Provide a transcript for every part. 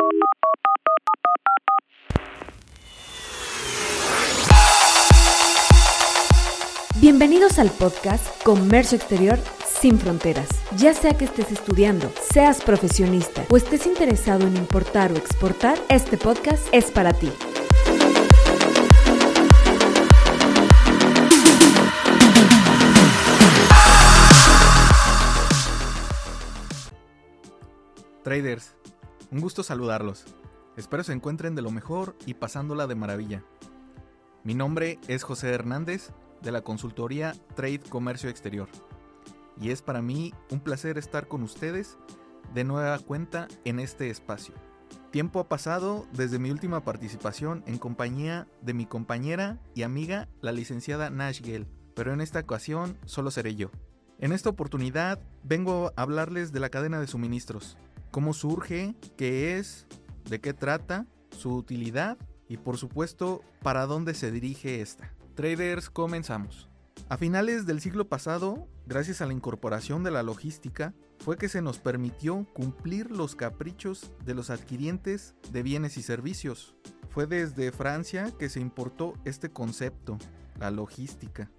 Bienvenidos al podcast Comercio Exterior sin Fronteras. Ya sea que estés estudiando, seas profesionista o estés interesado en importar o exportar, este podcast es para ti. Traders, un gusto saludarlos. Espero se encuentren de lo mejor y pasándola de maravilla. Mi nombre es José Hernández, de la consultoría Trade Comercio Exterior. Y es para mí un placer estar con ustedes de nueva cuenta en este espacio. Tiempo ha pasado desde mi última participación en compañía de mi compañera y amiga, la licenciada Nash Gale, pero en esta ocasión solo seré yo. En esta oportunidad vengo a hablarles de la cadena de suministros, cómo surge, qué es, de qué trata, su utilidad y por supuesto para dónde se dirige esta. Traders, comenzamos. A finales del siglo pasado, gracias a la incorporación de la logística, fue que se nos permitió cumplir los caprichos de los adquirientes de bienes y servicios. Fue desde Francia que se importó este concepto, la logística.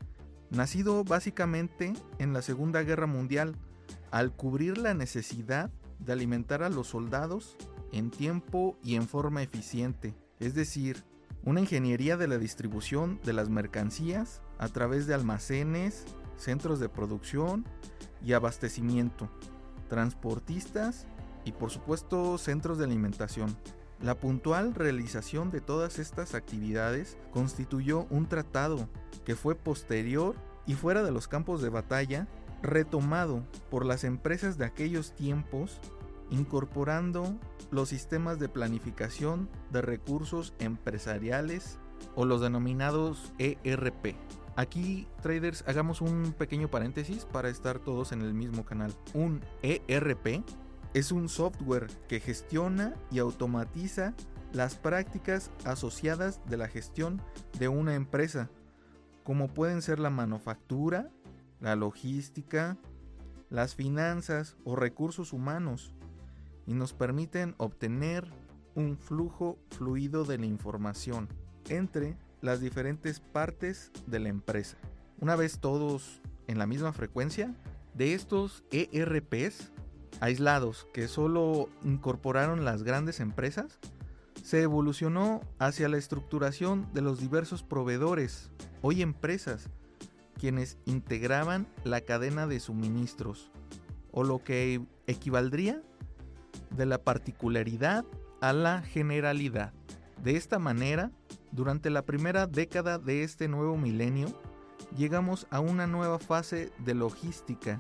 Nacido básicamente en la Segunda Guerra Mundial, al cubrir la necesidad de alimentar a los soldados en tiempo y en forma eficiente, es decir, una ingeniería de la distribución de las mercancías a través de almacenes, centros de producción y abastecimiento, transportistas y por supuesto centros de alimentación. La puntual realización de todas estas actividades constituyó un tratado que fue posterior y fuera de los campos de batalla, retomado por las empresas de aquellos tiempos, incorporando los sistemas de planificación de recursos empresariales o los denominados ERP. Aquí, traders, hagamos un pequeño paréntesis para estar todos en el mismo canal. Un ERP es un software que gestiona y automatiza las prácticas asociadas de la gestión de una empresa, como pueden ser la manufactura, la logística, las finanzas o recursos humanos, y nos permiten obtener un flujo fluido de la información entre las diferentes partes de la empresa. Una vez todos en la misma frecuencia, de estos ERPs aislados que solo incorporaron las grandes empresas, se evolucionó hacia la estructuración de los diversos proveedores, hoy empresas, quienes integraban la cadena de suministros, o lo que equivaldría de la particularidad a la generalidad. De esta manera, durante la primera década de este nuevo milenio, llegamos a una nueva fase de logística,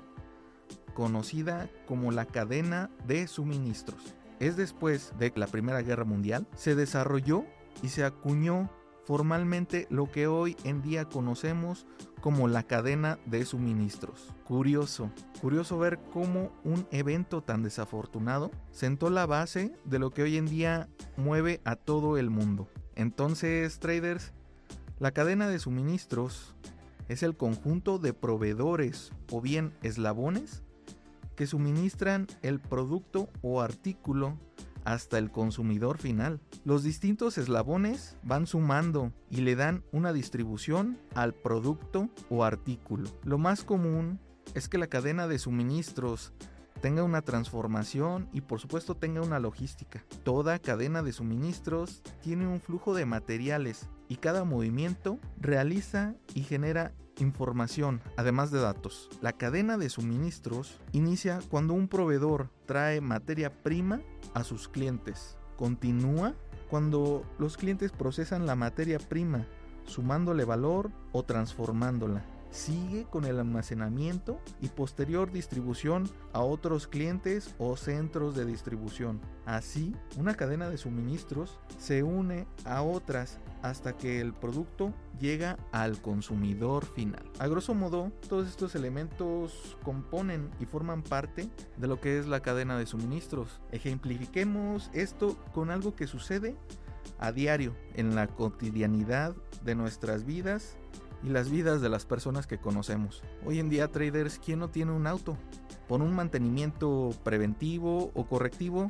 conocida como la cadena de suministros. Es después de la Primera Guerra Mundial, se desarrolló y se acuñó formalmente lo que hoy en día conocemos como la cadena de suministros. Curioso ver cómo un evento tan desafortunado sentó la base de lo que hoy en día mueve a todo el mundo. Entonces, traders, la cadena de suministros es el conjunto de proveedores o bien eslabones que suministran el producto o artículo hasta el consumidor final. Los distintos eslabones van sumando y le dan una distribución al producto o artículo. Lo más común es que la cadena de suministros tenga una transformación y por supuesto tenga una logística. Toda cadena de suministros tiene un flujo de materiales y cada movimiento realiza y genera información, además de datos. La cadena de suministros inicia cuando un proveedor trae materia prima a sus clientes. Continúa cuando los clientes procesan la materia prima, sumándole valor o transformándola. Sigue con el almacenamiento y posterior distribución a otros clientes o centros de distribución. Así, una cadena de suministros se une a otras hasta que el producto llega al consumidor final. A grosso modo, todos estos elementos componen y forman parte de lo que es la cadena de suministros. Ejemplifiquemos esto con algo que sucede a diario en la cotidianidad de nuestras vidas y las vidas de las personas que conocemos. Hoy en día, traders, ¿quién no tiene un auto? Por un mantenimiento preventivo o correctivo,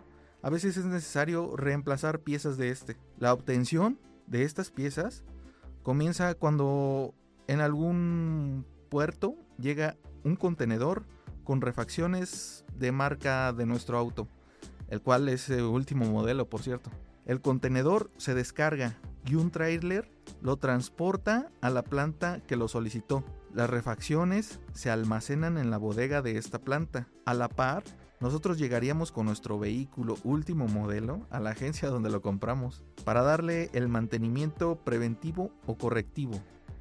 A veces es necesario reemplazar piezas de este. La obtención de estas piezas comienza cuando en algún puerto llega un contenedor con refacciones de marca de nuestro auto, el cual es el último modelo, por cierto. El contenedor se descarga y un tráiler lo transporta a la planta que lo solicitó. Las refacciones se almacenan en la bodega de esta planta. A la par, nosotros llegaríamos con nuestro vehículo último modelo a la agencia donde lo compramos para darle el mantenimiento preventivo o correctivo,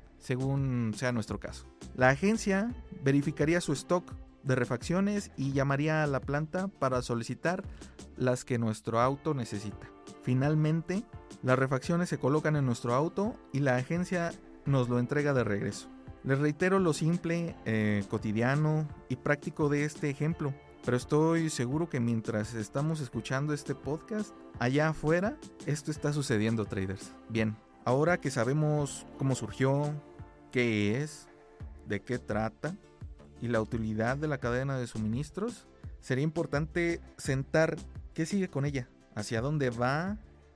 según sea nuestro caso. La agencia verificaría su stock de refacciones y llamaría a la planta para solicitar las que nuestro auto necesita. Finalmente, las refacciones se colocan en nuestro auto y la agencia nos lo entrega de regreso. Les reitero lo simple, cotidiano y práctico de este ejemplo, pero estoy seguro que mientras estamos escuchando este podcast, allá afuera, esto está sucediendo, traders. Bien, ahora que sabemos cómo surgió, qué es, de qué trata y la utilidad de la cadena de suministros, sería importante sentar qué sigue con ella, hacia dónde va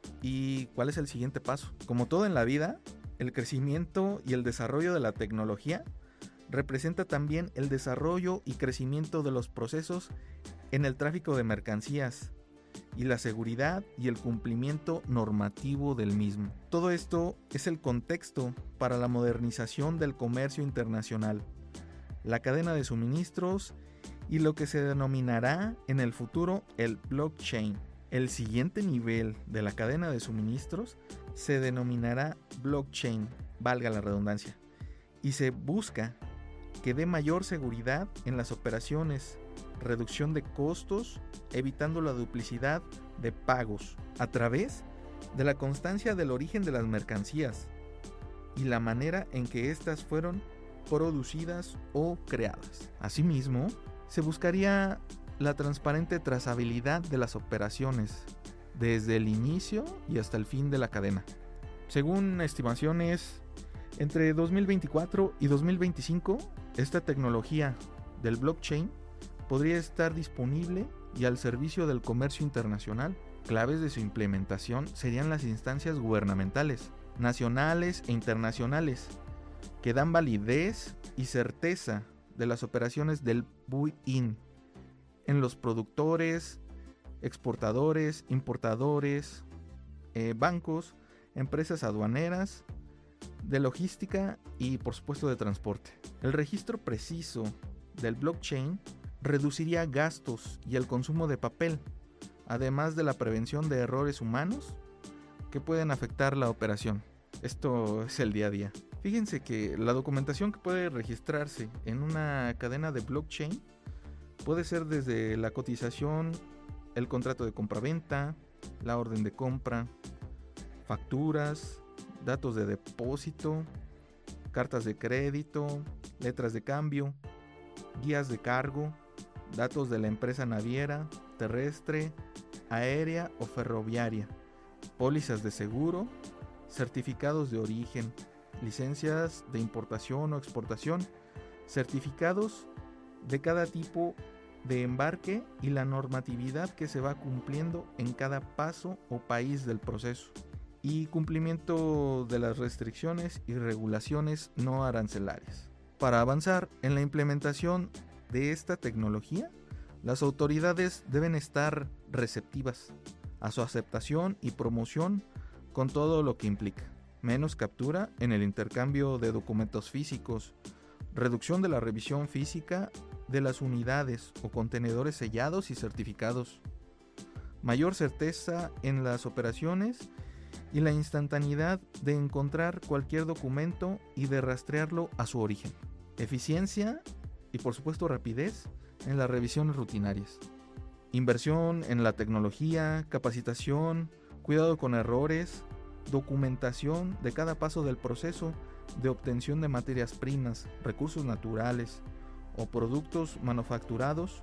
y cuál es el siguiente paso. Como todo en la vida, el crecimiento y el desarrollo de la tecnología representa también el desarrollo y crecimiento de los procesos en el tráfico de mercancías y la seguridad y el cumplimiento normativo del mismo. Todo esto es el contexto para la modernización del comercio internacional, la cadena de suministros y lo que se denominará en el futuro el blockchain. El siguiente nivel de la cadena de suministros se denominará blockchain, valga la redundancia, y se busca que dé mayor seguridad en las operaciones, reducción de costos, evitando la duplicidad de pagos a través de la constancia del origen de las mercancías y la manera en que éstas fueron producidas o creadas. Asimismo, se buscaría la transparente trazabilidad de las operaciones desde el inicio y hasta el fin de la cadena. Según estimaciones, entre 2024 y 2025, esta tecnología del blockchain podría estar disponible y al servicio del comercio internacional. Claves de su implementación serían las instancias gubernamentales, nacionales e internacionales, que dan validez y certeza de las operaciones del buy-in en los productores, exportadores, importadores, bancos, empresas aduaneras, de logística y por supuesto de transporte. El registro preciso del blockchain reduciría gastos y el consumo de papel, además de la prevención de errores humanos que pueden afectar la operación. Esto es el día a día. Fíjense que la documentación que puede registrarse en una cadena de blockchain puede ser desde la cotización, el contrato de compraventa, la orden de compra, facturas, datos de depósito, cartas de crédito, letras de cambio, guías de cargo, datos de la empresa naviera, terrestre, aérea o ferroviaria, pólizas de seguro, certificados de origen, licencias de importación o exportación, certificados de cada tipo de embarque y la normatividad que se va cumpliendo en cada paso o país del proceso, y cumplimiento de las restricciones y regulaciones no arancelarias. Para avanzar en la implementación de esta tecnología, las autoridades deben estar receptivas a su aceptación y promoción con todo lo que implica. Menos captura en el intercambio de documentos físicos, reducción de la revisión física de las unidades o contenedores sellados y certificados, mayor certeza en las operaciones y la instantaneidad de encontrar cualquier documento y de rastrearlo a su origen, eficiencia y por supuesto rapidez en las revisiones rutinarias, inversión en la tecnología, capacitación, cuidado con errores, documentación de cada paso del proceso de obtención de materias primas, recursos naturales o productos manufacturados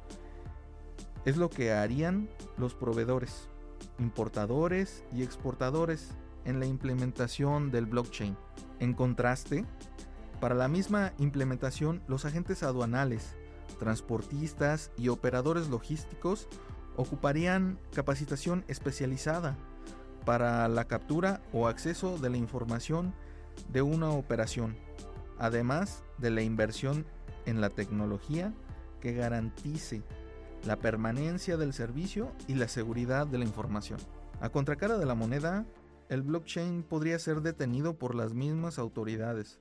es lo que harían los proveedores, importadores y exportadores en la implementación del blockchain. En contraste, para la misma implementación, los agentes aduanales, transportistas y operadores logísticos ocuparían capacitación especializada para la captura o acceso de la información de una operación, además de la inversión en la tecnología que garantice la permanencia del servicio y la seguridad de la información. A contracara de la moneda, el blockchain podría ser detenido por las mismas autoridades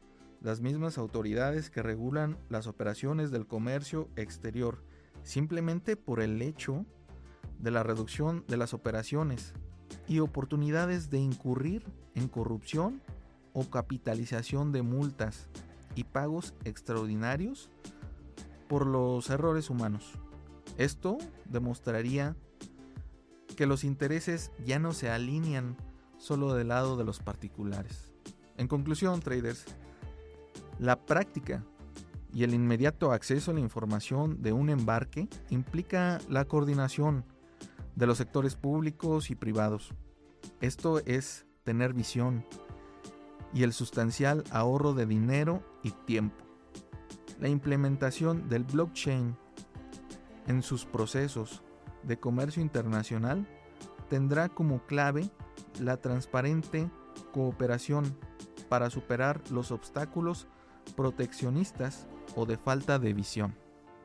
que regulan las operaciones del comercio exterior, simplemente por el hecho de la reducción de las operaciones y oportunidades de incurrir en corrupción o capitalización de multas y pagos extraordinarios por los errores humanos. Esto demostraría que los intereses ya no se alinean solo del lado de los particulares. En conclusión, traders, la práctica y el inmediato acceso a la información de un embarque implica la coordinación de los sectores públicos y privados. Esto es tener visión y el sustancial ahorro de dinero y tiempo. La implementación del blockchain en sus procesos de comercio internacional tendrá como clave la transparente cooperación para superar los obstáculos proteccionistas o de falta de visión.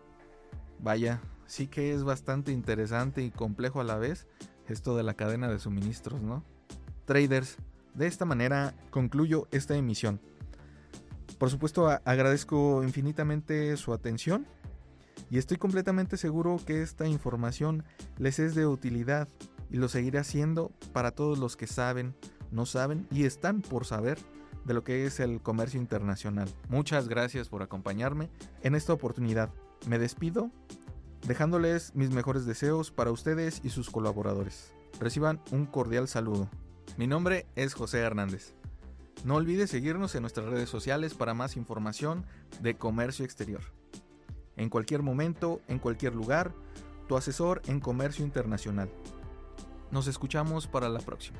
Vaya, sí que es bastante interesante y complejo a la vez esto de la cadena de suministros, ¿no? Traders, de esta manera concluyo esta emisión. Por supuesto, agradezco infinitamente su atención y estoy completamente seguro que esta información les es de utilidad y lo seguiré haciendo para todos los que saben, no saben y están por saber de lo que es el comercio internacional. Muchas gracias por acompañarme en esta oportunidad. Me despido dejándoles mis mejores deseos para ustedes y sus colaboradores. Reciban un cordial saludo. Mi nombre es José Hernández. No olvides seguirnos en nuestras redes sociales para más información de comercio exterior. En cualquier momento, en cualquier lugar, tu asesor en comercio internacional. Nos escuchamos para la próxima.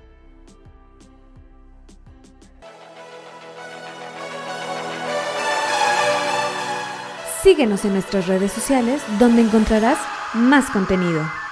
Síguenos en nuestras redes sociales donde encontrarás más contenido.